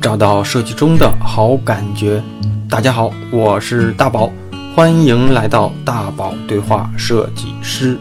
找到设计中的好感觉。大家好，我是大宝，欢迎来到大宝对话设计师。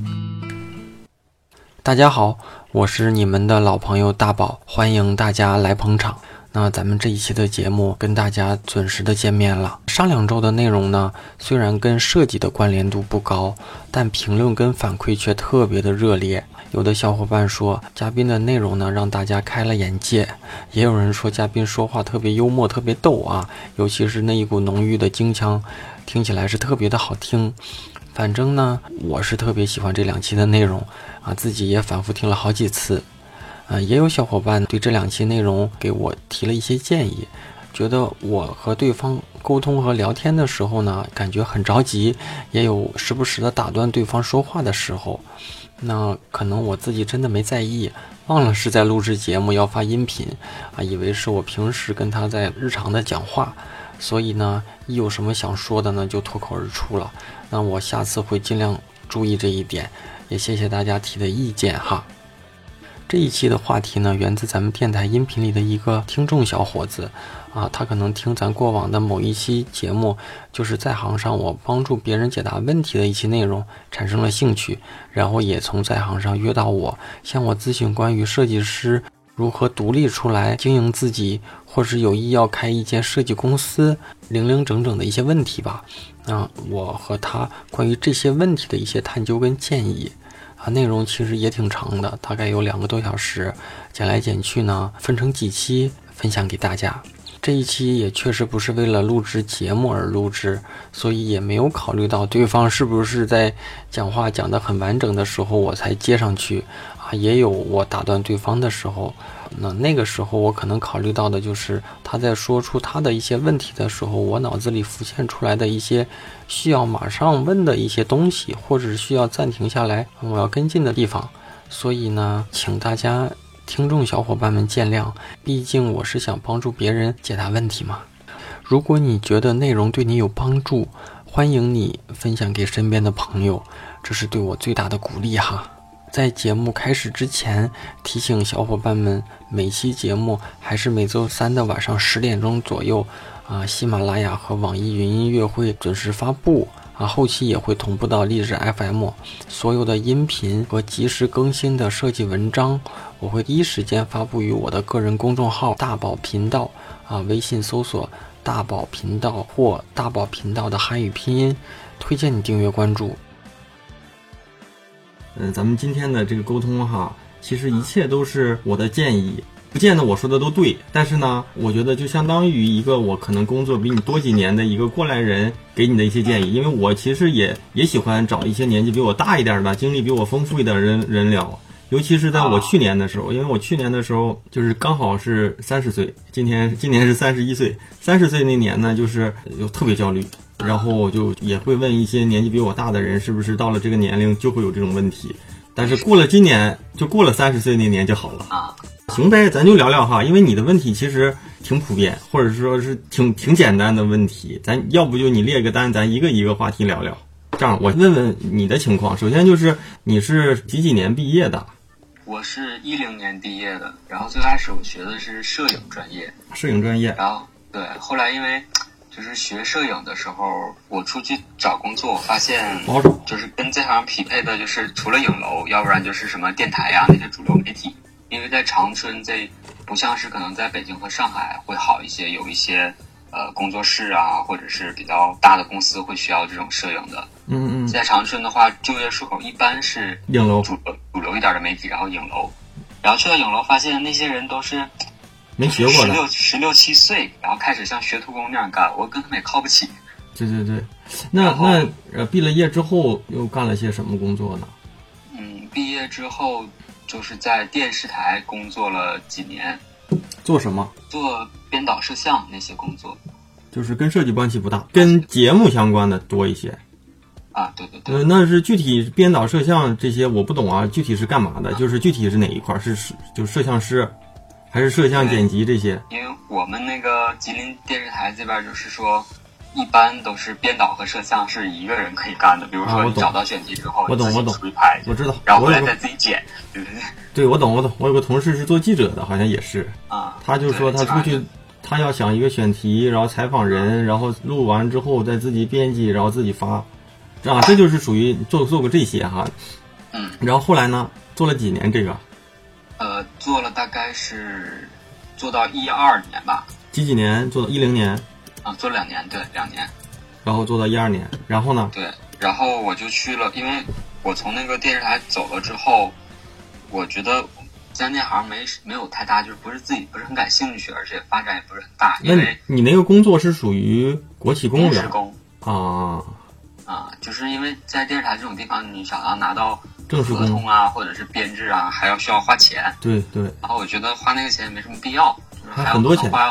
大家好，我是你们的老朋友大宝，欢迎大家来捧场。那咱们这一期的节目跟大家准时的见面了。上2周的内容呢，虽然跟设计的关联度不高，但评论跟反馈却特别的热烈。有的小伙伴说嘉宾的内容呢让大家开了眼界，也有人说嘉宾说话特别幽默特别逗啊，尤其是那一股浓郁的京腔，听起来是特别的好听。反正呢我是特别喜欢这2期的内容啊，自己也反复听了好几次。也有小伙伴对这2期内容给我提了一些建议，觉得我和对方沟通和聊天的时候呢感觉很着急，也有时不时的打断对方说话的时候。那可能我自己真的没在意，忘了是在录制节目要发音频啊，以为是我平时跟他在日常的讲话，所以呢一有什么想说的呢就脱口而出了。那我下次会尽量注意这一点，也谢谢大家提的意见哈。这一期的话题呢源自咱们电台音频里的一个听众小伙子啊，他可能听咱过往的某一期节目，就是在行上我帮助别人解答问题的一期内容产生了兴趣，然后也从在行上约到我，向我咨询关于设计师如何独立出来经营自己，或是有意要开一间设计公司零零整整的一些问题吧。我和他关于这些问题的一些探究跟建议内容其实也挺长的，大概有2个多小时，剪来剪去呢分成几期分享给大家。这一期也确实不是为了录制节目而录制，所以也没有考虑到对方是不是在讲话讲得很完整的时候我才接上去也有我打断对方的时候。那个时候我可能考虑到的就是他在说出他的一些问题的时候，我脑子里浮现出来的一些需要马上问的一些东西，或者是需要暂停下来我要跟进的地方。所以呢请大家听众小伙伴们见谅，毕竟我是想帮助别人解答问题嘛。如果你觉得内容对你有帮助，欢迎你分享给身边的朋友，这是对我最大的鼓励哈。在节目开始之前提醒小伙伴们，每期节目还是每周3的晚上10点钟左右喜马拉雅和网易云音乐会准时发布后期也会同步到荔枝 FM。 所有的音频和及时更新的设计文章我会第一时间发布于我的个人公众号大宝频道微信搜索大宝频道或大宝频道的汉语拼音，推荐你订阅关注。咱们今天的这个沟通其实一切都是我的建议，不见得我说的都对，但是呢我觉得就相当于一个我可能工作比你多几年的一个过来人给你的一些建议。因为我其实也喜欢找一些年纪比我大一点的经历比我丰富一点的人聊，尤其是在我去年的时候，因为我去年的时候就是刚好是30岁，今年是31岁，30岁那年呢就是有特别焦虑，然后我就也会问一些年纪比我大的人是不是到了这个年龄就会有这种问题，但是过了今年就过了30岁那年就好了行呗，咱就聊聊因为你的问题其实挺普遍，或者说是挺简单的问题，咱要不就你列个单，咱一个话题聊聊。这样我问问你的情况，首先就是你是几年毕业的？ 我是10年毕业的，然后最开始我学的是摄影专业，然后对，后来因为就是学摄影的时候，我出去找工作，我发现就是跟这行匹配的，就是除了影楼，要不然就是什么电台那些主流媒体。因为在长春这不像是可能在北京和上海会好一些，有一些工作室或者是比较大的公司会需要这种摄影的。在长春的话，就业出口一般是影楼， 主流一点的媒体，然后影楼，然后去到影楼发现那些人都是没学过的 16、17岁，然后开始像学徒工那样干，我跟他们也靠不起。 对，那毕了业之后又干了些什么工作呢？ 毕业之后就是在电视台工作了几年。 做什么？ 做编导摄像那些工作， 就是跟设计关系不大，跟节目相关的多一些对。 那是具体编导摄像这些我不懂具体是干嘛的？就是具体是哪一块？就是摄像师还是摄像剪辑这些？ 因为我们那个吉林电视台这边就是说一般都是编导和摄像是一个人可以干的，比如说你找到选题之后， 我懂， 出去拍， 我知道， 然后回来再自己剪，对不对？ 对，我懂。我有个同事是做记者的，好像也是他就说他出去，他要想一个选题，然后采访人，然后录完之后再自己编辑，然后自己发，这就是属于做过这些哈。然后后来呢，做了几年这个？ 做了大概是做到12年吧。 几年？做到10年？ 做了2年，对，2年。 然后做到12年，然后呢？ 对，然后我就去了，因为我从那个电视台走了之后，我觉得在那行没有太大，就是不是很感兴趣，而且发展也不是很大。因为你那个工作是属于国企公务员就是因为在电视台这种地方，你想要拿到正式合同啊，或者是编制啊，还需要花钱。 对。 然后我觉得花那个钱也没什么必要，就是还很多钱， 花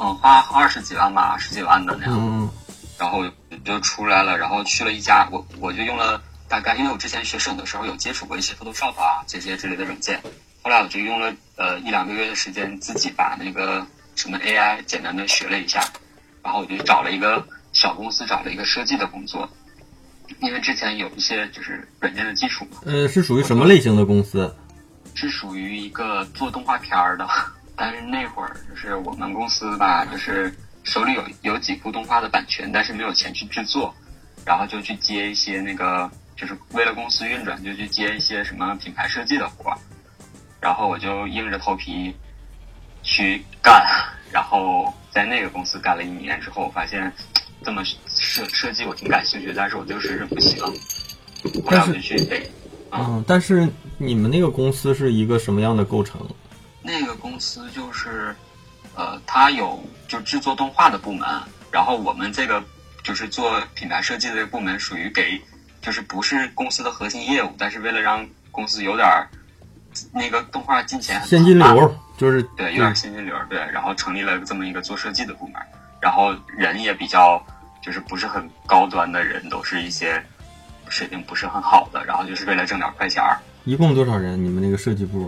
20几万吧，10几万的那样。然后就出来了，然后去了一家，我就用了大概，因为我之前学摄影的时候有接触过一些 Photoshop 啊这些之类的软件，后来我就用了1-2个月的时间，自己把那个什么 AI 简单的学了一下，然后我就找了一个小公司，找了一个设计的工作，因为之前有一些就是软件的基础嘛。 是属于什么类型的公司？ 是属于一个做动画片的，但是那会儿就是我们公司吧，就是手里有几部动画的版权，但是没有钱去制作，然后就去接一些那个，就是为了公司运转，就去接一些什么品牌设计的活，然后我就硬着头皮去干，然后在那个公司干了1年之后，发现这么设计我挺感兴趣，但是我这个水准不行，后来我就去但是你们那个公司是一个什么样的构成？ 那个公司就是它有就制作动画的部门，然后我们这个就是做品牌设计的这个部门属于就是不是公司的核心业务，但是为了让公司有点那个动画进钱现金流，就是对，有点现金流，对，然后成立了这么一个做设计的部门，然后人也比较就是不是很高端的人，都是一些水平不是很好的，然后就是为了挣点快钱。 一共多少人？你们那个设计部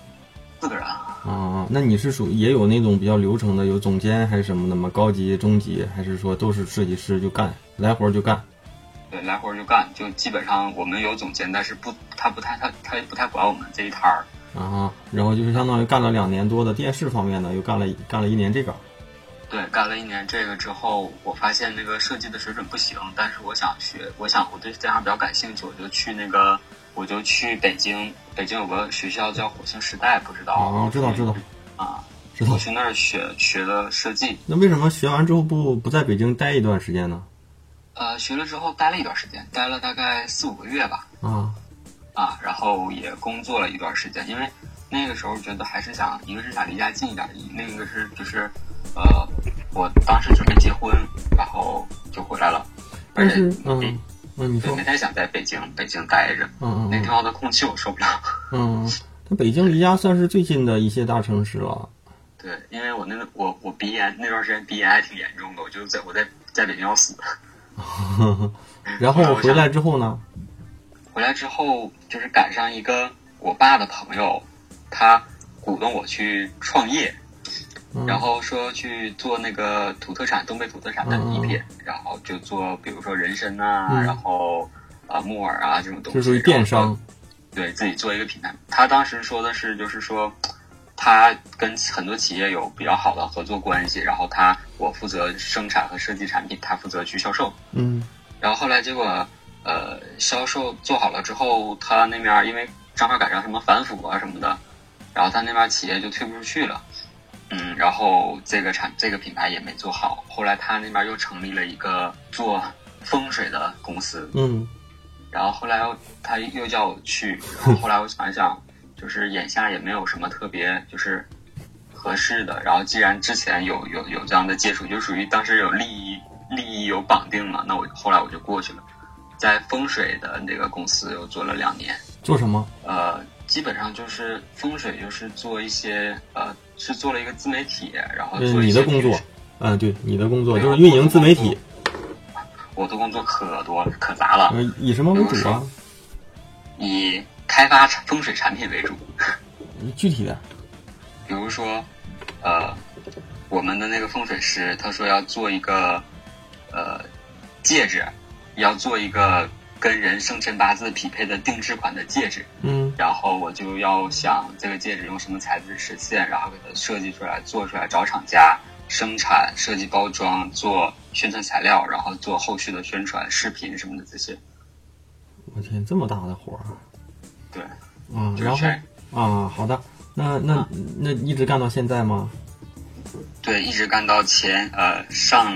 ？4个人。 那你是属于也有那种比较流程的，有总监还是什么的吗？高级、中级，还是说都是设计师就干，来活就干？ 对，来活就干，就基本上我们有总监，但是他不太管我们这一摊儿。 然后就是相当于干了2年多的电视方面的，又干了1年这个。 对，干了1年这个之后，我发现那个设计的水准不行，但是我想学，我对这行比较感兴趣，我就去北京有个学校叫火星时代，不知道？ 知道。知道。 我去那儿学的设计。 那为什么学完之后不在北京待一段时间呢？ 学了之后待了一段时间，待了大概4-5个月吧。然后也工作了一段时间，因为那个时候觉得还是一个是想离家近一点，另一个是就是我当时准备结婚，然后就回来了。 但是你说每天想在北京待着，那地方的空气我受不了。 那北京离家算是最近的一些大城市了。 对，因为我鼻炎那段时间鼻炎还挺严重的，我在北京要死。 然后回来之后呢？ 回来之后就是赶上一个我爸的朋友，他鼓动我去创业，然后说去做那个东北土特产的礼品，然后就做比如说人参啊，然后木耳啊这种东西， 这属于电商。 对，自己做一个品牌。他当时说的是，就是说他跟很多企业有比较好的合作关系，然后我负责生产和设计产品，他负责去销售。然后后来结果销售做好了之后，他那边因为正好赶上什么反腐啊什么的，然后他那边企业就推不出去了。然后这个品牌也没做好。后来他那边又成立了一个做风水的公司。然后后来他又叫我去，然后后来我想一想，就是眼下也没有什么特别就是合适的。然后既然之前有这样的接触，就属于当时有利益有绑定嘛，那后来我就过去了，在风水的那个公司又做了2年。 做什么？ 基本上就是风水，就是做一些是做了一个自媒体，然后做一些你的工作。对，你的工作就是运营自媒体。 我的工作可多可杂了。 以什么为主啊？ 以开发风水产品为主。 具体的， 比如说我们的那个风水师他说要做一个戒指，要做一个跟人生辰八字匹配的定制款的戒指，然后我就要想这个戒指用什么材质实现，然后给它设计出来、做出来，找厂家生产、设计包装、做宣传材料，然后做后续的宣传、视频什么的这些。 我天，这么大的活儿！ 对， 然后好的，那一直干到现在吗？ 对，一直干到上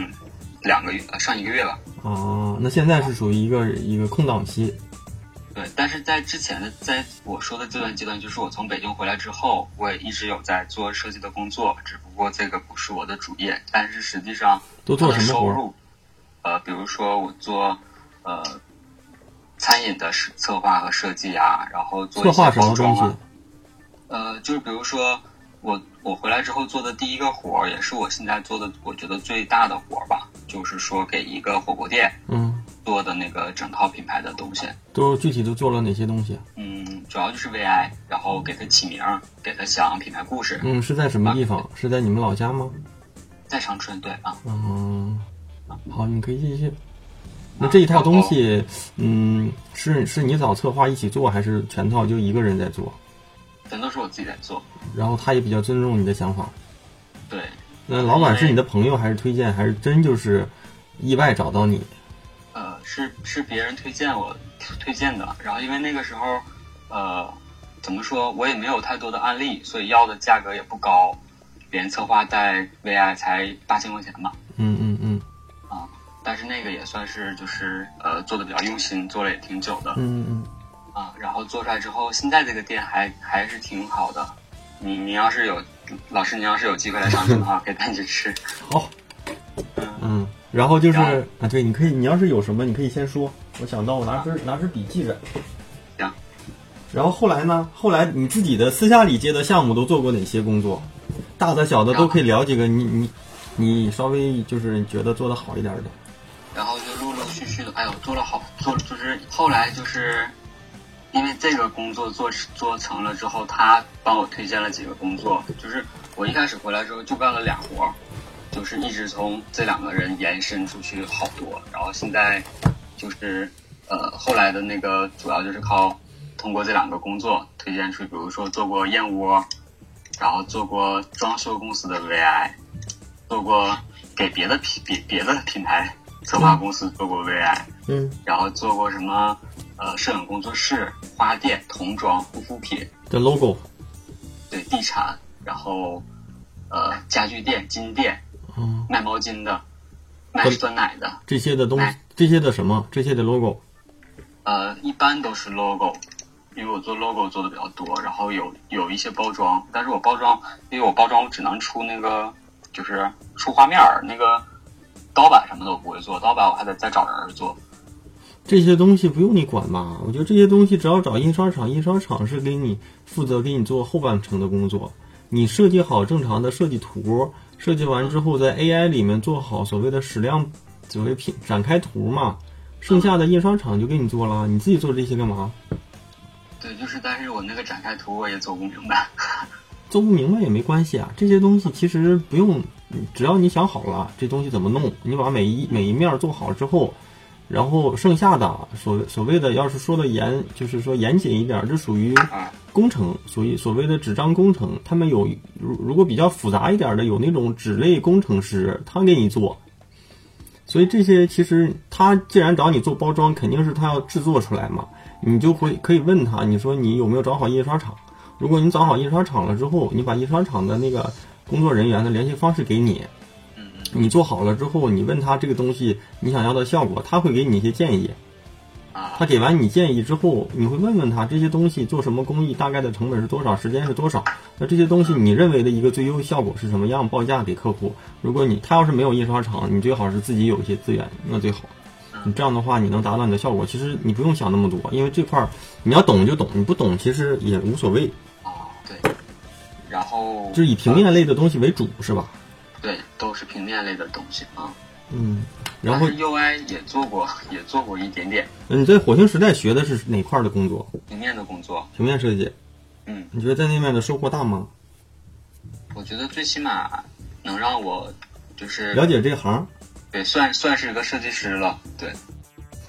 1个月吧。 那现在是属于一个空档期。 对，但是在之前的，在我说的这段阶段，就是我从北京回来之后，我也一直有在做设计的工作，只不过这个不是我的主业，但是实际上都做什么收入，比如说我做餐饮的策划和设计啊，然后做一些包装啊，就是比如说我回来之后做的第一个活儿，也是我现在做的我觉得最大的活儿吧，就是说给一个火锅店做的那个整套品牌的东西。 具体都做了哪些东西？ 主要就是 VI， 然后给它起名，给它想品牌故事。 是在什么地方？是在你们老家吗？ 在长春，对啊。 好，你可以继续。那这一套东西，是你找策划一起做，还是全套就一个人在做？ 全都是我自己在做。 然后他也比较尊重你的想法。 对。 那老板是你的朋友还是推荐，还是真就是意外找到你？ 是别人推荐的。然后因为那个时候，怎么说，我也没有太多的案例，所以要的价格也不高，连策划带 VI 才8000块钱吧。但是那个也算是就是做的比较用心，做了也挺久的。然后做出来之后，现在这个店还是挺好的。你要是有老师，你要是有机会来长春的话，可以带你去吃。 好。然后就是对，你要是有什么，你可以先说。我想到我拿支笔记着。 行。 然后后来呢？后来你自己的私下里接的项目都做过哪些工作？大的小的都可以聊几个。你稍微就是觉得做的好一点的。 然后就陆陆续续的，就是后来就是因为这个工作做成了之后，他帮我推荐了几个工作。就是我一开始回来之后就干了2活，就是一直从这2个人延伸出去好多。然后现在就是后来的那个主要就是靠通过这2个工作推荐出去，比如说做过燕窝，然后做过装修公司的 VI， 做过给别的品牌策划公司做过 VI， 然后做过什么摄影工作室、花店、童装、护肤品的 logo， 对，地产，然后家具店、金店，卖毛巾的，卖酸奶的， 这些的东西，这些的什么？这些的 logo， 一般都是 logo， 因为我做 logo 做的比较多，然后有一些包装，但是我包装我只能出那个就是出画面，那个刀版什么的我不会做，刀版我还得再找人做。 这些东西不用你管吧？我觉得这些东西只要找印刷厂，印刷厂是负责给你做后半程的工作。你设计好正常的设计图，设计完之后在 AI 里面做好所谓的展开图嘛，剩下的印刷厂就给你做了，你自己做这些干嘛？ 对，但是我那个展开图我也做不明白。 做不明白也没关系啊，这些东西其实不用，只要你想好了这东西怎么弄，你把每一面做好之后，然后剩下的所谓的，要是说的就是说严谨一点，这属于工程，所谓的纸张工程，他们有如果比较复杂一点的，有那种纸类工程师，他给你做。所以这些其实他既然找你做包装，肯定是他要制作出来嘛，你就可以问他，你说你有没有找好印刷厂？如果你找好印刷厂了之后，你把印刷厂的那个工作人员的联系方式给你，你做好了之后，你问他这个东西你想要的效果，他会给你一些建议。他给完你建议之后，你会问问他这些东西做什么工艺，大概的成本是多少，时间是多少，那这些东西你认为的一个最优效果是什么样，报价给客户。如果他要是没有印刷厂，你最好是自己有一些资源，那最好。你这样的话你能达到你的效果，其实你不用想那么多，因为这块你要懂就懂，你不懂其实也无所谓。 对，然后就是以平面类的东西为主，是吧？ 对，都是平面类的东西啊。 然后 UI 也做过一点点。 你在火星时代学的是哪块的工作？ 平面的工作， 平面设计。你觉得在那面的收获大吗？ 我觉得最起码能让我就是了解这行。 对，算是个设计师了。对。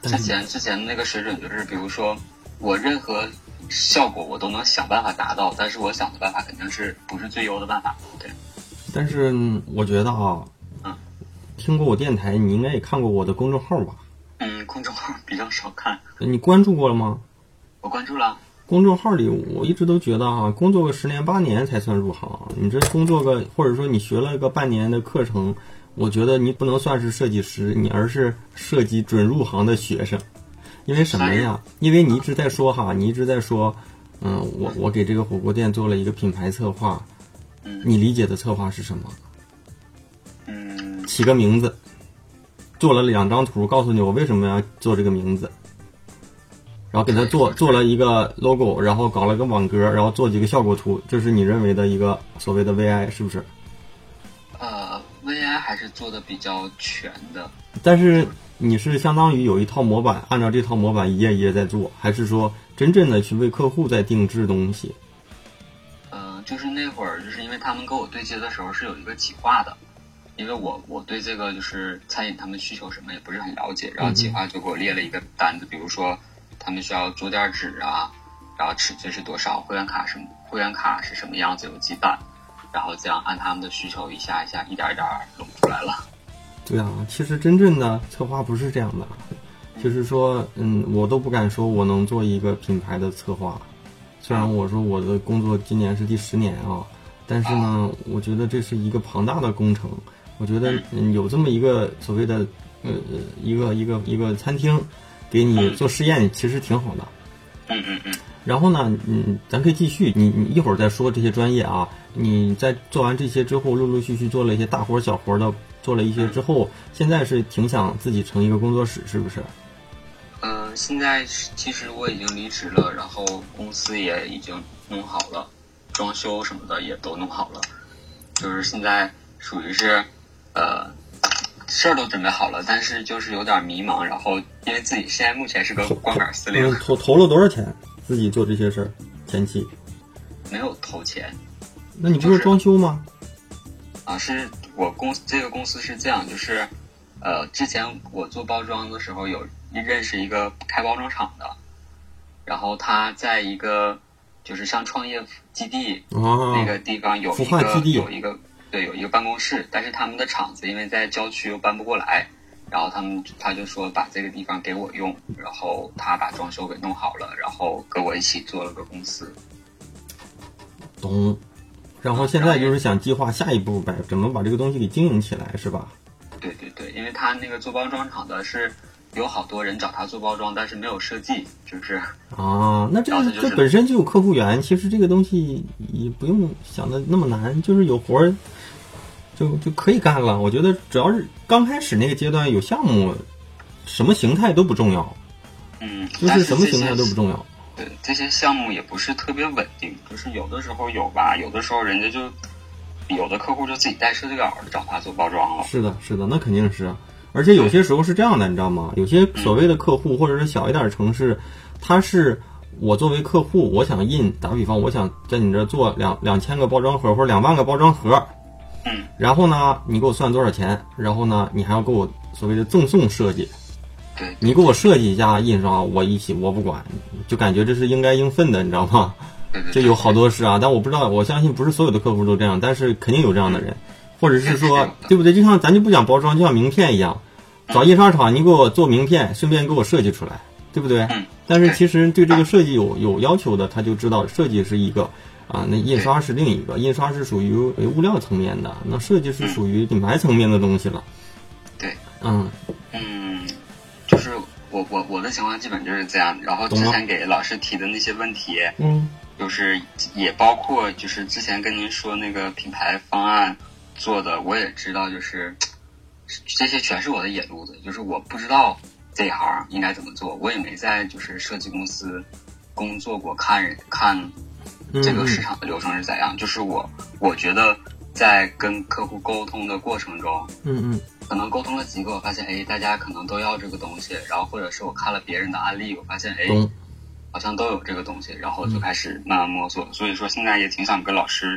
之前那个水准就是，比如说我任何效果我都能想办法达到，但是我想的办法肯定是不是最优的办法。对。 但是我觉得啊，听过我电台，你应该也看过我的公众号吧？ 公众号比较少看。 你关注过了吗？ 我关注了。 公众号里我一直都觉得工作个10年8年才算入行。你这工作个，或者说你学了个半年的课程，我觉得你不能算是设计师，你而是设计准入行的学生。因为什么呀？因为你一直在说我给这个火锅店做了一个品牌策划。你理解的策划是什么？起个名字，做了2张图，告诉你我为什么要做这个名字，然后给他做了一个 logo， 然后搞了个网格，然后做几个效果图，这是你认为的一个所谓的 VI 是不是 ？VI 还是做的比较全的。 但是你是相当于有一套模板，按照这套模板一页一页在做，还是说真正的去为客户在定制东西？ 就是那会儿，就是因为他们跟我对接的时候是有一个企划的，因为我对这个就是餐饮他们需求什么也不是很了解，然后企划就给我列了一个单子，比如说他们需要桌垫纸啊，然后尺寸是多少，会员卡是什么样子，有几版，然后这样按他们的需求一下一点弄出来了。 对啊，其实真正的策划不是这样的，就是说我都不敢说我能做一个品牌的策划。虽然我说我的工作今年是第10年啊，但是呢，我觉得这是一个庞大的工程。我觉得有这么一个所谓的一个餐厅给你做试验，其实挺好的。然后呢，咱可以继续，你一会儿再说这些专业啊。你在做完这些之后，陆陆续续做了一些大活小活的，做了一些之后，现在是挺想自己成一个工作室，是不是？ 现在其实我已经离职了，然后公司也已经弄好了，装修什么的也都弄好了，就是现在属于是事儿都准备好了，但是就是有点迷茫，然后因为自己现在目前是个光杆司令。 投了多少钱自己做这些事儿？前期没有投钱。 那你不是装修吗？ 是我这个公司是这样，就是之前我做包装的时候认识一个开包装厂的，然后他在一个就是像创业基地那个地方有一个办公室，但是他们的厂子因为在郊区又搬不过来，然后他就说把这个地方给我用，然后他把装修给弄好了，然后跟我一起做了个公司。 懂。然后现在就是想计划下一步怎么把这个东西给经营起来，是吧？ 对，因为他那个做包装厂的是有好多人找他做包装，但是没有设计，就是那这本身就有客户源，其实这个东西也不用想的那么难，就是有活儿就可以干了。我觉得只要是刚开始那个阶段有项目，什么形态都不重要。就是什么形态都不重要。 对，这些项目也不是特别稳定，就是有的时候有吧，有的时候人家就有的客户就自己带设计稿找他做包装了。 是的，那肯定是。而且有些时候是这样的，你知道吗？有些所谓的客户或者是小一点的城市，他是我作为客户，我想打比方，我想在你这做2000个包装盒或者2万个包装盒，然后呢，你给我算多少钱？然后呢，你还要给我所谓的赠送设计。 对， 你给我设计一下印刷，我不管，就感觉这是应该应分的，你知道吗？这有好多事啊，但我不知道，我相信不是所有的客户都这样，但是肯定有这样的人，或者是说，对不对？就像咱就不讲包装，就像名片一样，找印刷厂，你给我做名片，顺便给我设计出来，对不对？但是其实对这个设计有要求的，他就知道设计是一个那印刷是另一个，印刷是属于物料层面的，那设计是属于品牌层面的东西了。 对，就是我的情况基本就是这样，然后之前给老师提的那些问题，就是也包括就是之前跟您说那个品牌方案做的，我也知道，就是这些全是我的野路子，就是我不知道这一行应该怎么做，我也没在就是设计公司工作过，看这个市场的流程是怎样，就是我觉得在跟客户沟通的过程中，可能沟通了几个，我发现大家可能都要这个东西，然后或者是我看了别人的案例，我发现好像都有这个东西，然后就开始慢慢摸索。所以说现在也挺想跟老师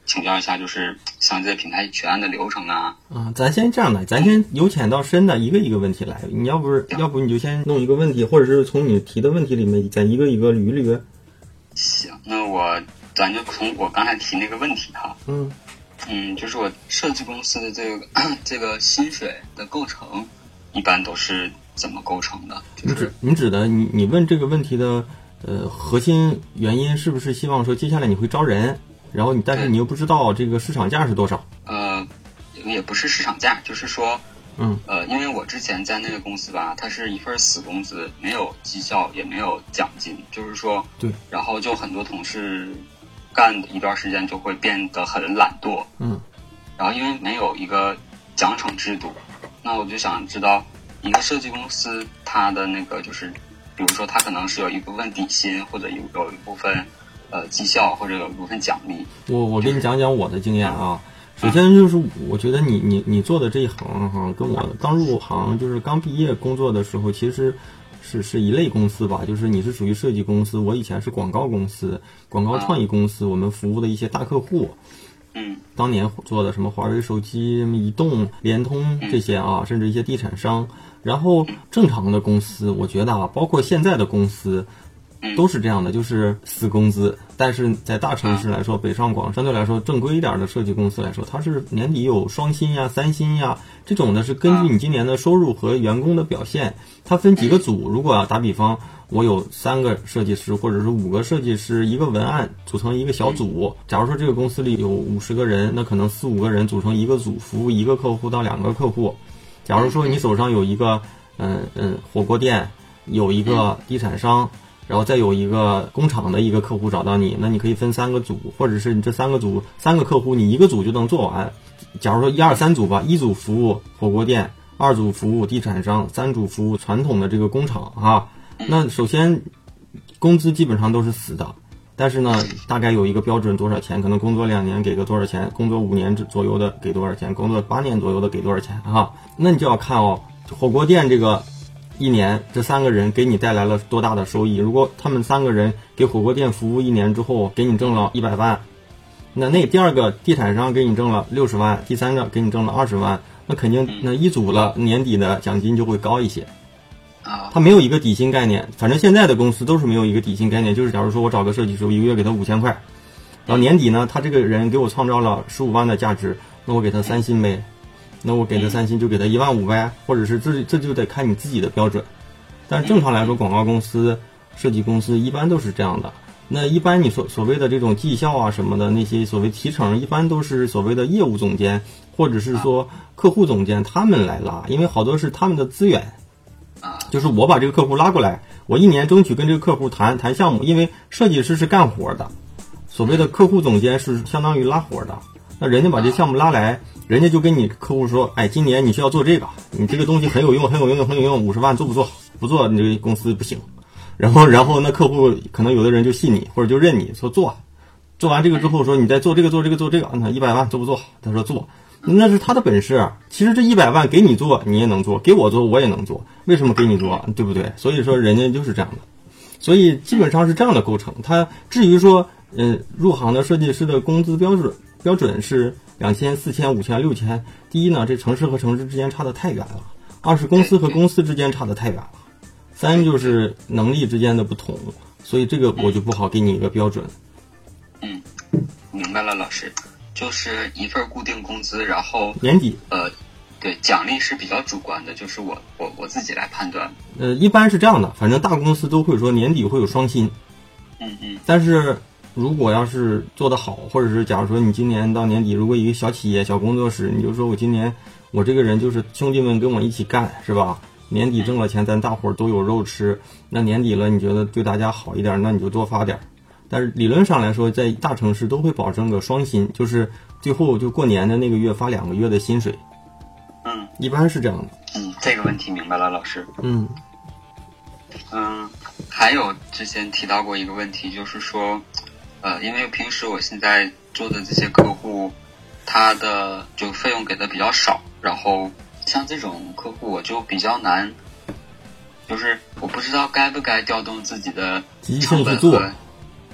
请教一下，就是像这些平台全案的流程啊。 咱先这样的，咱先由浅到深的一个一个问题来。你要不你就先弄一个问题，或者是从你提的问题里面，咱一个一个捋一捋。 行，那咱就从我刚才提那个问题哈。就是我设计公司的这个薪水的构成，一般都是怎么构成的？就是你指的你问这个问题的核心原因是不是希望说接下来你会招人，然后但是你又不知道这个市场价是多少？ 也不是市场价，就是说，因为我之前在那个公司吧，它是一份死工资，没有绩效也没有奖金，就是说， 对， 然后就很多同事干一段时间就会变得很懒惰，然后因为没有一个奖惩制度，那我就想知道一个设计公司它的那个就是，比如说它可能是有一部分底薪，或者有一部分绩效，或者有一部分奖励。我给你讲讲我的经验啊。首先就是我觉得你做的这一行哈，跟我刚入行就是刚毕业工作的时候，其实是一类公司吧，就是你是属于设计公司，我以前是广告公司、广告创意公司，我们服务的一些大客户。当年做的什么华为手机、移动、联通这些啊，甚至一些地产商。然后正常的公司，我觉得啊，包括现在的公司都是这样的，就是死工资。但是在大城市来说，北上广相对来说正规一点的设计公司来说，它是年底有双薪呀、三薪呀，这种呢是根据你今年的收入和员工的表现，它分几个组。如果打比方，我有3个设计师或者是5个设计师，一个文案组成一个小组。假如说这个公司里有50个人，那可能4、5个人组成一个组，服务1个客户到2个客户。假如说你手上有一个火锅店，有一个地产商，然后再有一个工厂的一个客户找到你，那你可以分3个组，或者是你这3个组3个客户你1个组就能做完。假如说1、2、3组吧，1组服务火锅店，2组服务地产商，3组服务传统的这个工厂哈。那首先工资基本上都是死的，但是呢大概有一个标准多少钱，可能工作2年给个多少钱，工作5年左右的给多少钱，工作8年左右的给多少钱哈。那你就要看火锅店这个1年这3个人给你带来了多大的收益。如果他们3个人给火锅店服务1年之后给你挣了100万，那第2个地产商给你挣了60万，第3个给你挣了20万，那肯定那一组了年底的奖金就会高一些。他没有一个底薪概念，反正现在的公司都是没有一个底薪概念，就是假如说我找个设计师，我1个月给他5000块，然后年底呢他这个人给我创造了15万的价值，那我给他3薪呗，那我给他3薪就给他15000呗，或者是这就得看你自己的标准。但是正常来说，广告公司、设计公司一般都是这样的。那一般你所谓的这种绩效啊什么的，那些所谓提成，一般都是所谓的业务总监或者是说客户总监他们来拉，因为好多是他们的资源。就是我把这个客户拉过来，我1年争取跟这个客户谈项目，因为设计师是干活的，所谓的客户总监是相当于拉活的。那人家把这项目拉来，人家就跟你客户说，今年你需要做这个，你这个东西很有用，50万做不做？不做你这个公司不行。然后那客户可能有的人就信你，或者就认你说做完这个之后说你再做这个，那100万做不做？他说做。那是他的本事，其实这100万给你做你也能做，给我做我也能做，为什么给你做，对不对？所以说人家就是这样的，所以基本上是这样的构成。他至于说入行的设计师的工资标准是2000、4000、5000、6000。第一呢，这城市和城市之间差得太远了；2是公司和公司之间差得太远了；3就是能力之间的不同，所以这个我就不好给你一个标准。 明白了，老师。就是一份固定工资，然后年底对，奖励是比较主观的，就是我自己来判断。 一般是这样的，反正大公司都会说年底会有双薪。但是如果要是做得好，或者是假如说你今年到年底，如果一个小企业、小工作室，你就说我今年我这个人就是兄弟们跟我一起干，是吧？年底挣了钱，咱大伙儿都有肉吃。那年底了，你觉得对大家好一点，那你就多发点。但是理论上来说，在大城市都会保证个双薪，就是最后就过年的那个月发2个月的薪水。一般是这样的。 这个问题明白了，老师。还有之前提到过一个问题，就是说，因为平时我现在做的这些客户，他的就费用给的比较少，然后像这种客户我就比较难，就是我不知道该不该调动自己的成本和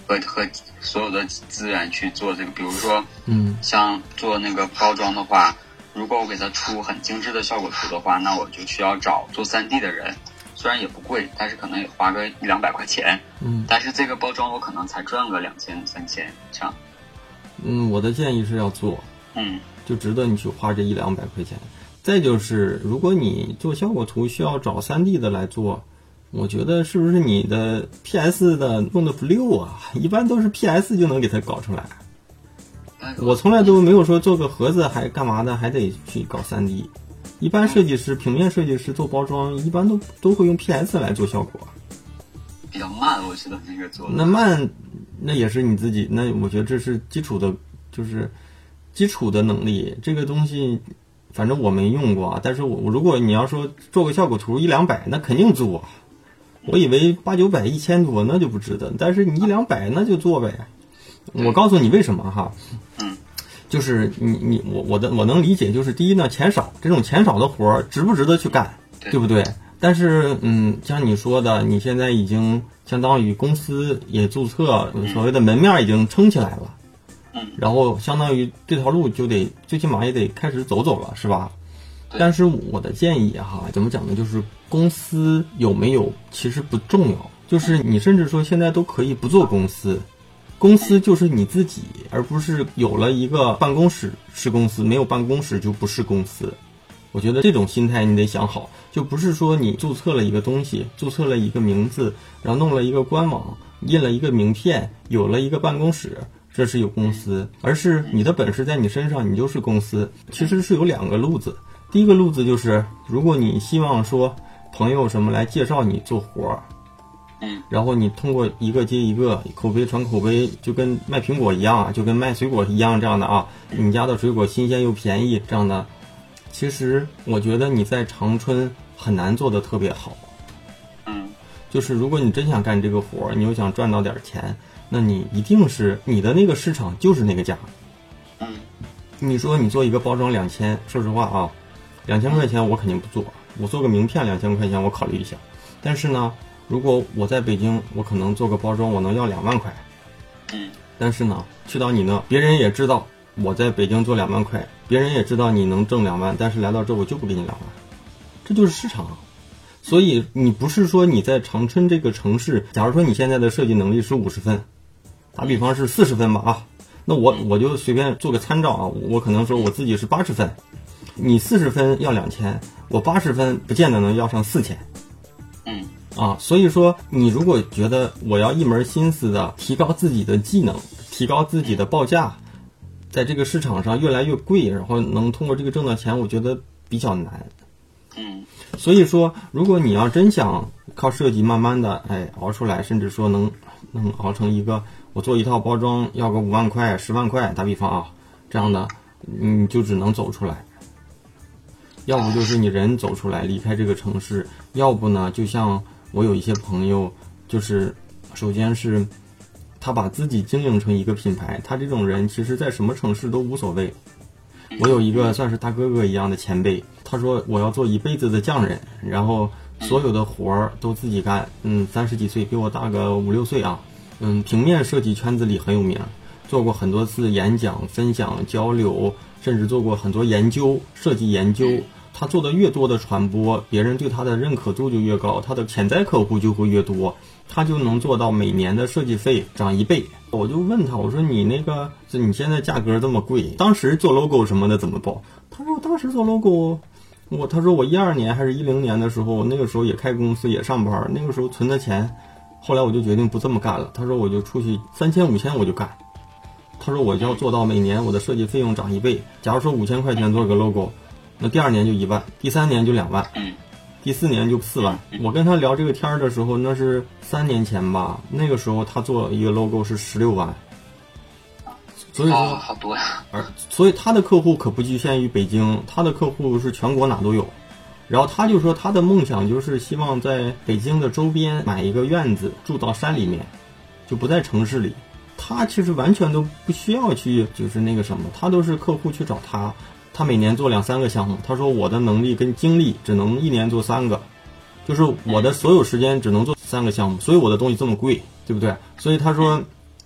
和所有的资源去做这个。比如说，像做那个包装的话，如果我给它出很精致的效果图的话，那我就需要找做3D 的人，虽然也不贵，但是可能也花个100-200块钱。但是这个包装我可能才赚个2000-3000这样。 我的建议是要做，就值得你去花这100-200块钱。再就是，如果你做效果图需要找3D 的来做，我觉得是不是你的 PS 的用的不溜啊？一般都是 PS 就能给它搞出来。我从来都没有说做个盒子还干嘛的，还得去搞3D。一般设计师、平面设计师做包装，一般都会用 PS 来做效果。 比较慢，我觉得那个做的。 那慢，那也是你自己。那我觉得这是基础的，就是基础的能力。这个东西，反正我没用过，但是如果你要说做个效果图100-200，那肯定做。我以为800-900、1000多那就不值得，但是你100-200那就做呗。我告诉你为什么哈，就是我能理解，就是第一呢，钱少，这种钱少的活儿值不值得去干，对不对？但是像你说的，你现在已经相当于公司也注册，所谓的门面已经撑起来了，然后相当于这条路就得最起码也得开始走了，是吧？但是我的建议哈，怎么讲呢？就是公司有没有其实不重要，就是你甚至说现在都可以不做公司，公司就是你自己，而不是有了一个办公室是公司，没有办公室就不是公司。我觉得这种心态你得想好，就不是说你注册了一个东西，注册了一个名字，然后弄了一个官网，印了一个名片，有了一个办公室，这是有公司，而是你的本事在你身上，你就是公司。其实是有2个路子。第一个路子就是，如果你希望说朋友什么来介绍你做活儿，然后你通过一个接一个，口碑传口碑，就跟卖苹果一样，就跟卖水果一样这样的啊，你家的水果新鲜又便宜这样的。其实我觉得你在长春很难做得特别好。就是如果你真想干这个活儿，你又想赚到点钱，那你一定是你的那个市场就是那个价。你说你做一个包装2000，说实话啊，2000块钱我肯定不做，我做个名片2000块钱我考虑一下。但是呢，如果我在北京，我可能做个包装我能要2万块。但是呢，去到你那，别人也知道我在北京做2万块，别人也知道你能挣2万，但是来到这我就不给你2万，这就是市场。所以你不是说你在长春这个城市，假如说你现在的设计能力是50分，打比方是40分吧啊，那我就随便做个参照啊，我可能说我自己是80分，你40分要2000，我80分不见得能要上4000。所以说你如果觉得我要一门心思的提高自己的技能，提高自己的报价，在这个市场上越来越贵，然后能通过这个挣到钱，我觉得比较难。所以说如果你要真想靠设计慢慢的熬出来，甚至说能熬成一个我做一套包装要个5万块10万块打比方啊，这样的你就只能走出来，要不就是你人走出来离开这个城市，要不呢就像我有一些朋友，就是首先是他把自己经营成一个品牌，他这种人其实在什么城市都无所谓。我有一个算是大哥哥一样的前辈，他说我要做一辈子的匠人，然后所有的活儿都自己干，30几岁，比我大个5、6岁啊，平面设计圈子里很有名，做过很多次演讲、分享、交流，甚至做过很多研究、设计研究。他做的越多的传播，别人对他的认可度就越高，他的潜在客户就会越多，他就能做到每年的设计费涨1倍。我就问他，我说你你现在价格这么贵，当时做 logo 什么的怎么报？他说当时做 logo，他说我12年还是10年的时候，那个时候也开公司也上班，那个时候存的钱，后来我就决定不这么干了。他说我就出去3000、5000我就干。他说我就要做到每年我的设计费用涨1倍。假如说5000块钱做个 logo，那第2年就1万，第3年就2万，第4年就4万。我跟他聊这个天的时候，那是3年前吧，那个时候他做一个 logo 是16万，所以说好多呀。 所以他的客户可不局限于北京，他的客户是全国哪都有。然后他就说他的梦想就是希望在北京的周边买一个院子，住到山里面，就不在城市里。他其实完全都不需要去就是那个什么，他都是客户去找他。他每年做2、3个项目，他说我的能力跟精力只能1年做3个，就是我的所有时间只能做3个项目，所以我的东西这么贵，对不对？所以他说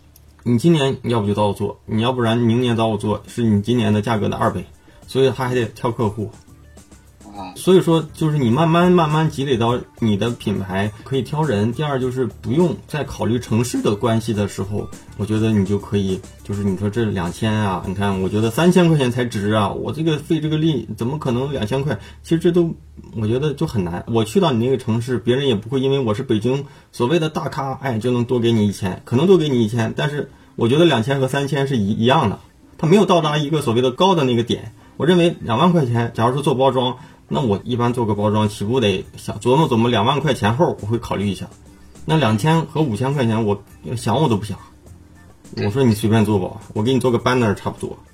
你今年要不就找我做，你要不然明年找我做是你今年的价格的2倍，所以他还得挑客户。所以说就是你慢慢积累到你的品牌可以挑人。第二就是不用再考虑城市的关系的时候，我觉得你就可以，就是你说这2000啊，你看我觉得3000块钱才值啊，我这个费这个力怎么可能2000块？其实这都我觉得就很难。我去到你那个城市，别人也不会因为我是北京所谓的大咖，哎，就能多给你1000，可能多给你1000，但是我觉得2000和3000是一样的，它没有到达一个所谓的高的那个点。我认为2万块钱，假如说做包装，那我一般做个包装起步得想琢磨2万块前后，我会考虑一下。那2000和5000块钱，我想我都不想。我说你随便做吧，我给你做个 banner 差不多。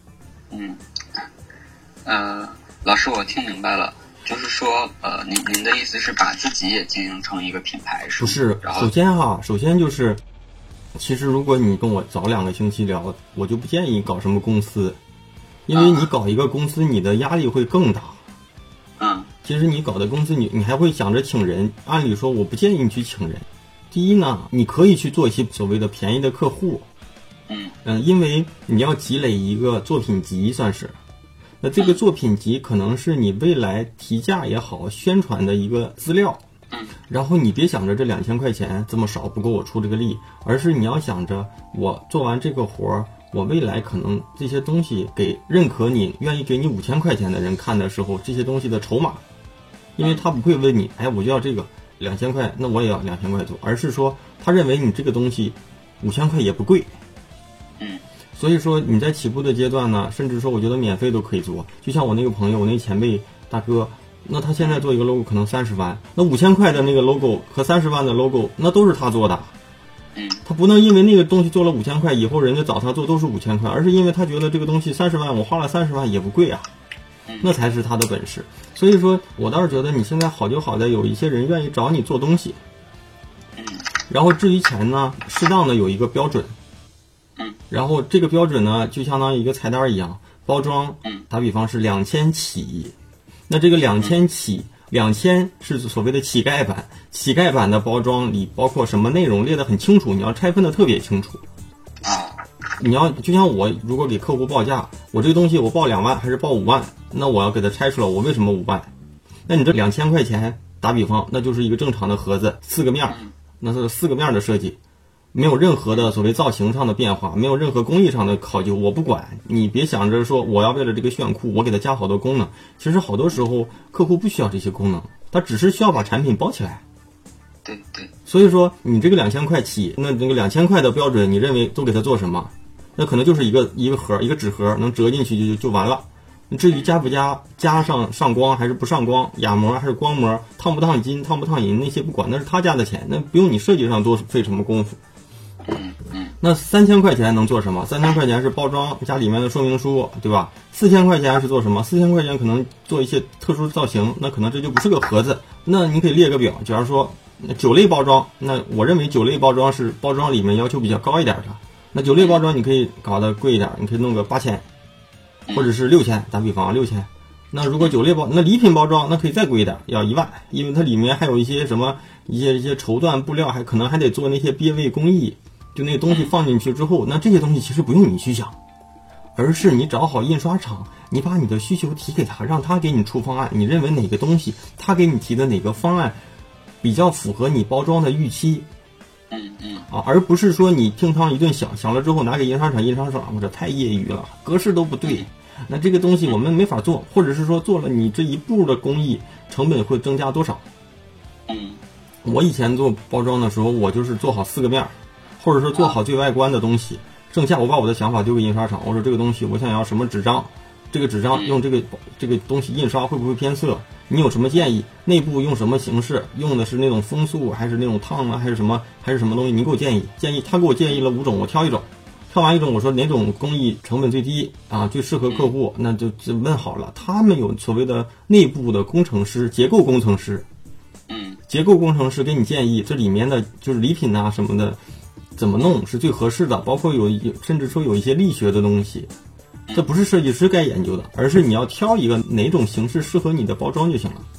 老师我听明白了，就是说您的意思是把自己也经营成一个品牌是吗？ 不是，首先就是，其实如果你跟我早2个星期聊，我就不建议搞什么公司，因为你搞一个公司，你的压力会更大。其实你搞的公司，你还会想着请人，按理说我不建议你去请人。第一呢，你可以去做一些所谓的便宜的客户，因为你要积累一个作品集算是，那这个作品集可能是你未来提价也好宣传的一个资料。然后你别想着这2000块钱这么少不够我出这个力，而是你要想着我做完这个活，我未来可能这些东西给认可你愿意给你5000块钱的人看的时候，这些东西的筹码，因为他不会问你，哎，我就要这个2000块，那我也要2000块做，而是说他认为你这个东西5000块也不贵。所以说你在起步的阶段呢，甚至说我觉得免费都可以做。就像我那个朋友，我那前辈大哥，那他现在做一个 logo 可能30万，那5000块的那个 logo 和30万的 logo 那都是他做的。他不能因为那个东西做了5000块，以后人家找他做都是5000块，而是因为他觉得这个东西30万，我花了30万也不贵啊，那才是他的本事。所以说我倒是觉得你现在好就好在有一些人愿意找你做东西，然后至于钱呢，适当的有一个标准，然后这个标准呢就相当于一个菜单一样，包装打比方是2000起，那这个2000起，2000是所谓的乞丐版，乞丐版的包装里包括什么内容列得很清楚，你要拆分的特别清楚。你要就像我如果给客户报价，我这个东西我报2万还是报5万，那我要给他拆出来，我为什么5万？那你这2000块钱打比方，那就是一个正常的盒子，4个面，那是4个面的设计，没有任何的所谓造型上的变化，没有任何工艺上的考究，我不管。你别想着说我要为了这个炫酷我给它加好多功能，其实好多时候客户不需要这些功能，他只是需要把产品包起来。 对， 所以说你这个2000块起，那这个2000块的标准你认为都给他做什么？那可能就是一个盒，一个纸盒能折进去就完了。至于加不加上光还是不上光，哑膜还是光膜，烫不烫金烫不烫银，那些不管，那是他家的钱，那不用你设计上多费什么功夫。那3000块钱能做什么？3000块钱是包装加里面的说明书，对吧？4000块钱是做什么？4000块钱可能做一些特殊造型，那可能这就不是个盒子。那你可以列个表，假如说酒类包装，那我认为酒类包装是包装里面要求比较高一点的。那酒类包装你可以搞得贵一点，你可以弄个8000，或者是6000，打比方6000。那如果酒类那礼品包装那可以再贵一点，要1万，因为它里面还有一些什么一些绸缎布料，还可能还得做那些别位工艺，就那东西放进去之后，那这些东西其实不用你去想，而是你找好印刷厂，你把你的需求提给他，让他给你出方案，你认为哪个东西他给你提的哪个方案比较符合你包装的预期，而不是说你听他一顿想了之后拿给印刷厂，印刷厂或者太业余了，格式都不对，那这个东西我们没法做，或者是说做了你这一步的工艺成本会增加多少。我以前做包装的时候，我就是做好4个面，或者说做好最外观的东西，剩下我把我的想法丢给印刷厂，我说这个东西我想要什么纸张，这个纸张用这个东西印刷会不会偏色，你有什么建议，内部用什么形式，用的是那种风速还是那种烫啊，还是什么东西，你给我建议，他给我建议了5种，我挑一种，挑完一种我说哪种工艺成本最低啊，最适合客户，那就问好了，他们有所谓的内部的工程师，结构工程师给你建议这里面的就是礼品啊什么的怎么弄是最合适的，包括甚至说有一些力学的东西，这不是设计师该研究的，而是你要挑一个哪种形式适合你的包装就行了。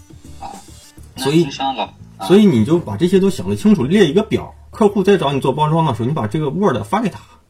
所以你就把这些都想得清楚，列一个表，客户在找你做包装的时候，你把这个 Word 发给他，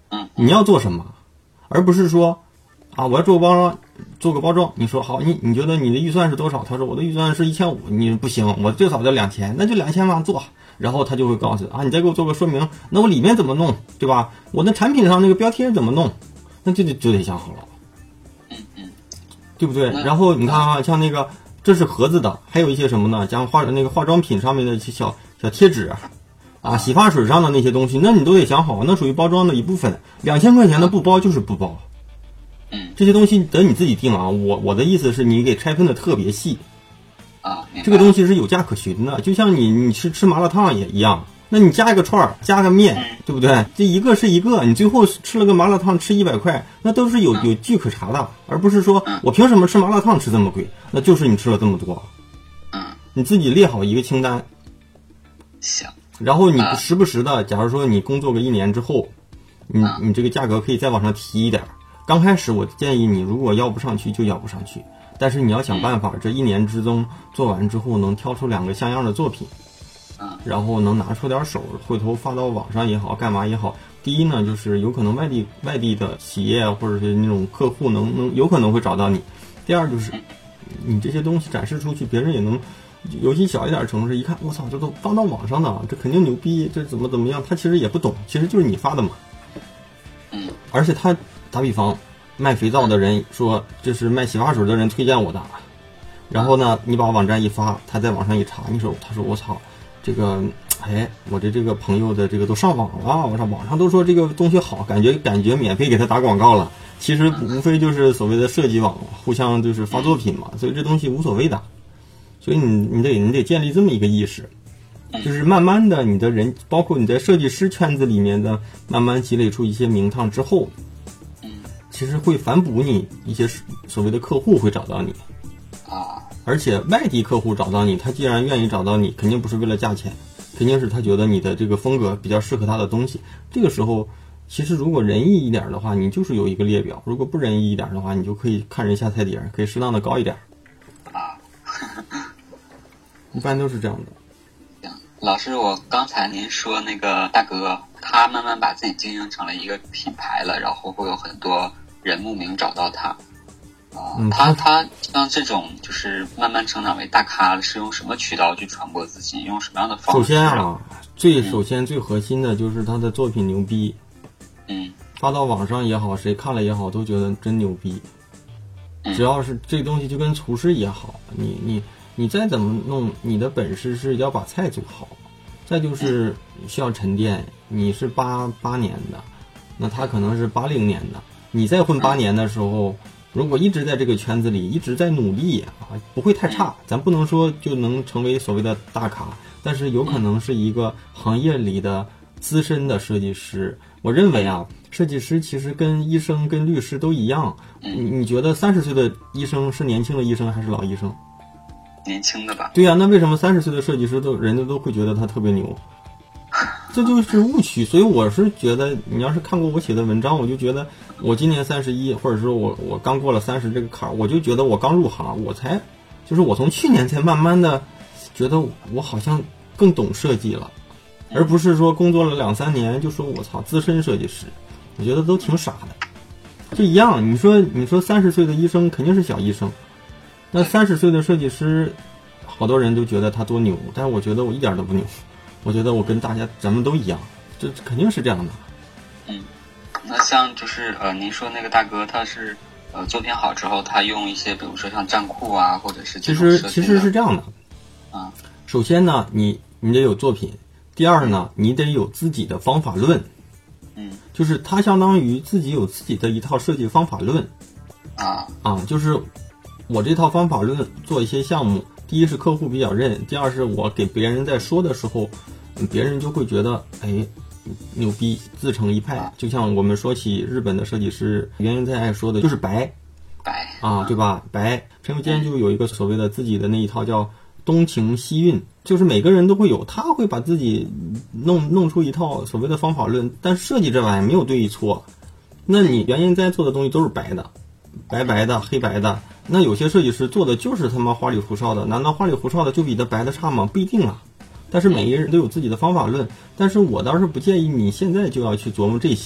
你要做什么，而不是说啊，我要做个包装，你说好，你觉得你的预算是多少？他说我的预算是1500，你不行，我最少要2000，那就2000万做。然后他就会告诉啊，你再给我做个说明，那我里面怎么弄，对吧？我的产品上那个标贴怎么弄？那就得想好了，对不对？然后你看啊，像那个这是盒子的，还有一些什么呢？像化妆品上面的小贴纸啊，洗发水上的那些东西，那你都得想好，那属于包装的一部分。2000块钱的不包就是不包，这些东西得你自己定啊。我的意思是你给拆分的特别细啊， 这个东西是有价可循的，就像你吃麻辣烫也一样。那你加一个串儿，加个面，对不对？这一个是一个，你最后吃了个麻辣烫吃100块，那都是有据可查的，而不是说我凭什么吃麻辣烫吃这么贵？那就是你吃了这么多。你自己列好一个清单， 行。 然后你时不时的，假如说你工作个1年之后，你这个价格可以再往上提一点。刚开始我建议你，如果要不上去就要不上去，但是你要想办法，这1年之中做完之后能挑出2个像样的作品。然后能拿出点手，回头发到网上也好，干嘛也好。第一呢，就是有可能外地的企业或者是那种客户能有可能会找到你。第二就是你这些东西展示出去，别人也能，尤其小一点城市一看，我操，这都发到网上的，这肯定牛逼，这怎么样？他其实也不懂，其实就是你发的嘛。而且他打比方，卖肥皂的人说这是卖洗发水的人推荐我的，然后呢，你把网站一发，他在网上一查，他说我操。这个，我这个朋友的这个都上网了，我上网上都说这个东西好，感觉免费给他打广告了。其实无非就是所谓的设计网，互相就是发作品嘛，所以这东西无所谓的。所以你得建立这么一个意识，就是慢慢的你的人，包括你在设计师圈子里面的，慢慢积累出一些名堂之后，其实会反哺你一些所谓的客户会找到你啊。 而且外地客户找到你，他既然愿意找到你，肯定不是为了价钱，肯定是他觉得你的这个风格比较适合他的东西。这个时候，其实如果仁义一点的话，你就是有一个列表；如果不仁义一点的话，你就可以看人下菜碟，可以适当的高一点。一般都是这样的。 老师，我刚才您说那个大哥，他慢慢把自己经营成了一个品牌了，然后会有很多人慕名找到他。他像这种就是慢慢成长为大咖，是用什么渠道去传播自己？用什么样的方式？ 首先最核心的就是他的作品牛逼。发到网上也好，谁看了也好，都觉得真牛逼。只要是这东西就跟厨师也好，你再怎么弄，你的本事是要把菜做好。再就是需要沉淀，你是88年的，那他可能是80年的，你再混8年的时候。如果一直在这个圈子里一直在努力不会太差，咱不能说就能成为所谓的大咖，但是有可能是一个行业里的资深的设计师。我认为设计师其实跟医生跟律师都一样。你觉得30岁的医生是年轻的医生还是老医生？ 年轻的吧。 对呀，那为什么30岁的设计师人家都会觉得他特别牛？这就是误区。所以我是觉得，你要是看过我写的文章，我就觉得我今年31，或者说我刚过了30这个坎儿，我就觉得我刚入行，我从去年才慢慢的觉得我好像更懂设计了，而不是说工作了2-3年就说我操资深设计师，我觉得都挺傻的。就一样，你说30岁的医生肯定是小医生，那30岁的设计师，好多人都觉得他多牛，但是我觉得我一点都不牛。我觉得我跟咱们都一样，这肯定是这样的。 那像就是您说那个大哥，他是作品好之后，他用一些比如说像站酷啊，或者是其实是这样的。首先呢，你得有作品；第二呢，你得有自己的方法论。就是他相当于自己有自己的一套设计方法论。就是我这套方法论做一些项目。第一是客户比较认，第二是我给别人在说的时候，别人就会觉得牛逼，自成一派。就像我们说起日本的设计师原研在爱说的就是白对吧？白陈友坚就有一个所谓的自己的那一套叫东情西韵，就是每个人都会有，他会把自己弄出一套所谓的方法论，但设计这玩意没有对与错。那你原研在做的东西都是白的，白的黑白的。那有些设计师做的就是他妈花里胡哨的，难道花里胡哨的就比他白的差吗？不一定啊。但是每一个人都有自己的方法论，但是我倒是不建议你现在就要去琢磨这些，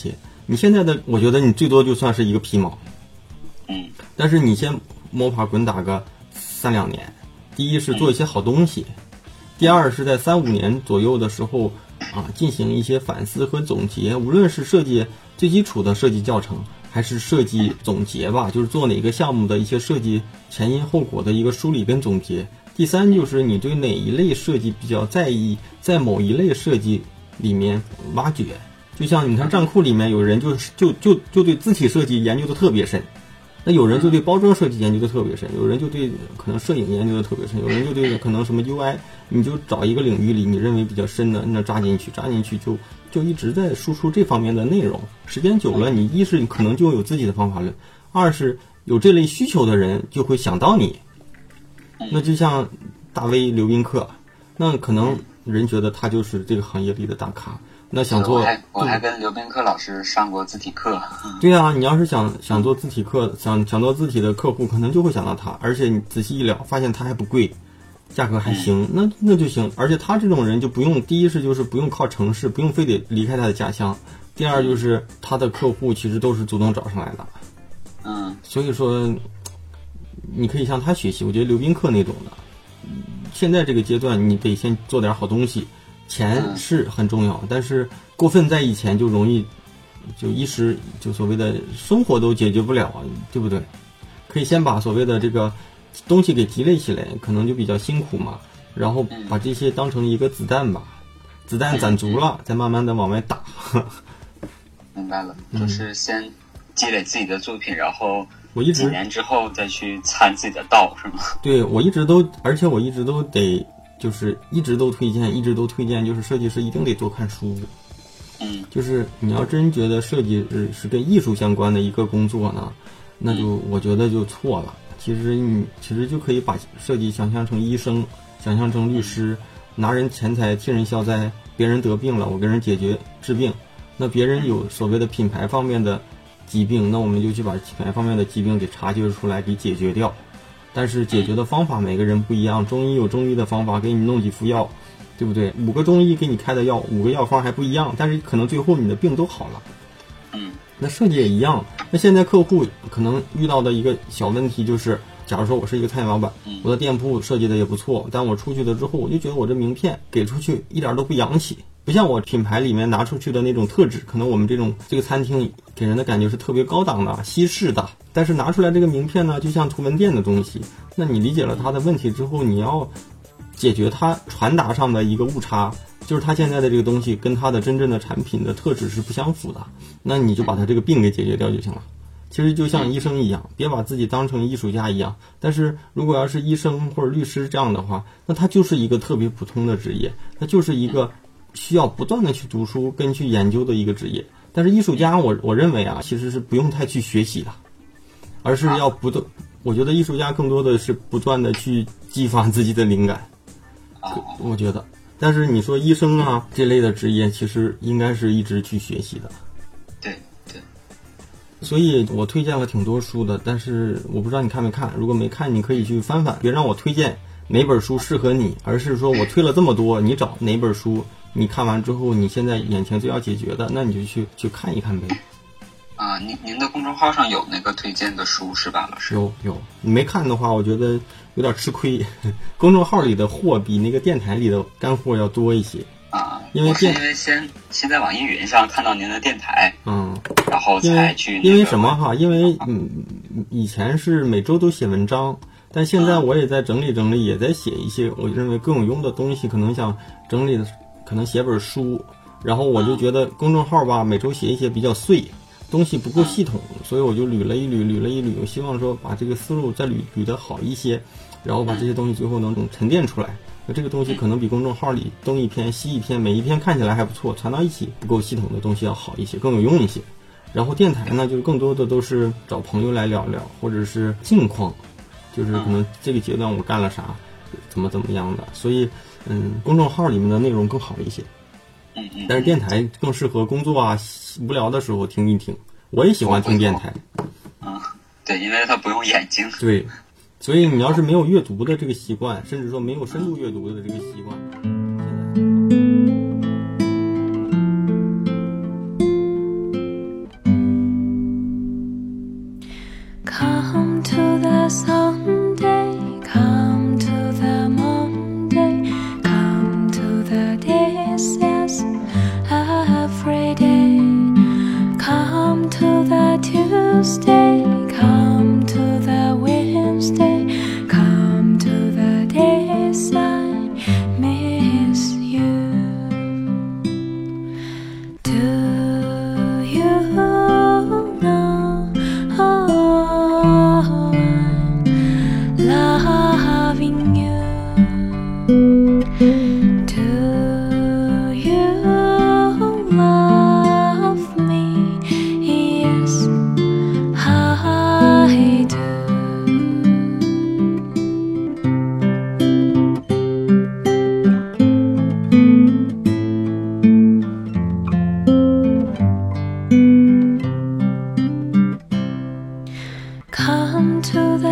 你现在的我觉得你最多就算是一个皮毛，但是你先摸爬滚打个3-2年，第一是做一些好东西，第二是在3-5年左右的时候进行一些反思和总结，无论是设计最基础的设计教程，还是设计总结吧，就是做哪个项目的一些设计前因后果的一个梳理跟总结。第三就是你对哪一类设计比较在意，在某一类设计里面挖掘。就像你看站库里面有人就对字体设计研究的特别深，那有人就对包装设计研究的特别深，有人就对可能摄影研究的特别深，有人就对可能什么 UI， 你就找一个领域里你认为比较深的，那扎进去就一直在输出这方面的内容。时间久了，你一是可能就有自己的方法论，二是有这类需求的人就会想到你。那就像大 V 刘宾客，那可能人觉得他就是这个行业里的大咖，那想做我还跟刘宾客老师上过字体课。 对啊，你要是想做字体课，想做字体的客户，可能就会想到他，而且你仔细一聊发现他还不贵，价格还行，那就行。而且他这种人就不用，第一是就是不用靠城市，不用非得离开他的家乡，第二就是他的客户其实都是主动找上来的。所以说你可以向他学习，我觉得刘宾客那种的，现在这个阶段你得先做点好东西，钱是很重要，但是过分在意钱就容易就一时就所谓的生活都解决不了，对不对？可以先把所谓的这个东西给积累起来，可能就比较辛苦嘛，然后把这些当成一个子弹吧，子弹攒足了再慢慢的往外打。 明白了，就是先积累自己的作品，然后几年之后再去参自己的道，是吗？对， 而且我一直都得就是一直都推荐，就是设计师一定得多看书。就是你要真觉得设计是跟艺术相关的一个工作呢，那就我觉得就错了。其实就可以把设计想象成医生，想象成律师，拿人钱财替人消灾，别人得病了我给人解决治病，那别人有所谓的品牌方面的疾病，那我们就去把品牌方面的疾病给察觉出来，给解决掉。但是解决的方法每个人不一样，中医有中医的方法，给你弄几副药，对不对？5个中医给你开的药，5个药方还不一样，但是可能最后你的病都好了。那设计也一样。那现在客户可能遇到的一个小问题就是，假如说我是一个餐饮老板，我的店铺设计的也不错，但我出去了之后，我就觉得我这名片给出去一点都不洋气，不像我品牌里面拿出去的那种特质，可能我们这个餐厅给人的感觉是特别高档的、西式的，但是拿出来这个名片呢，就像图文店的东西。那你理解了它的问题之后，你要解决它传达上的一个误差，就是它现在的这个东西跟它的真正的产品的特质是不相符的，那你就把它这个病给解决掉就行了。其实就像医生一样，别把自己当成艺术家一样，但是如果要是医生或者律师这样的话，那他就是一个特别普通的职业，他就是一个需要不断的去读书跟去研究的一个职业。但是艺术家我认为其实是不用太去学习的，而是要不断，我觉得艺术家更多的是不断的去激发自己的灵感，我觉得。但是你说医生这类的职业，其实应该是一直去学习的。 对。 所以我推荐了挺多书的，但是我不知道你看没看，如果没看你可以去翻翻，别让我推荐哪本书适合你，而是说我推了这么多，你找哪本书你看完之后你现在眼前最要解决的，那你就去看一看呗。 您的公众号上有那个推荐的书是吧，老师？ 有，你没看的话我觉得有点吃亏，公众号里的货比那个电台里的干货要多一些。因为先在网易云上看到您的电台，然后才去因为什么因为以前是每周都写文章，但现在我也在整理，也在写一些我认为更有用的东西，可能想整理的，可能写本书，然后我就觉得公众号吧，每周写一些比较碎，东西不够系统，所以我就捋了一捋，我希望说把这个思路再捋得好一些，然后把这些东西最后能沉淀出来。那这个东西可能比公众号里东一篇西一篇，每一篇看起来还不错，传到一起不够系统的东西要好一些，更有用一些。然后电台呢，就是更多的都是找朋友来聊聊，或者是近况，就是可能这个阶段我干了啥，怎么样的。所以公众号里面的内容更好一些。但是电台更适合工作无聊的时候听一听。我也喜欢听电台。 对，因为它不用眼睛。 对。所以你要是没有阅读的这个习惯，甚至说没有深度阅读的这个习惯，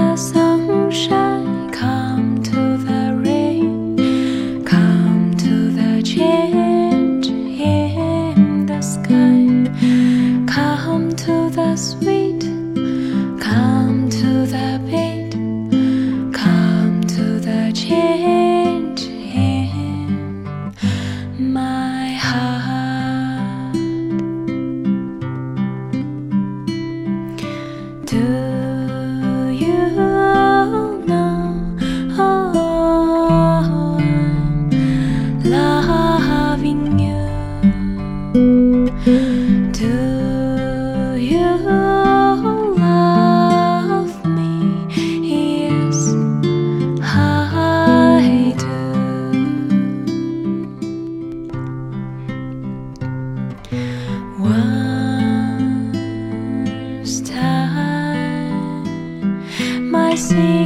the sunshine, come to the rain, come to the change in the sky, come to the sweet, come to the beat, come to the change in my heart. Do you know I'm loving you? Do you love me? Yes, I do. Once time my sin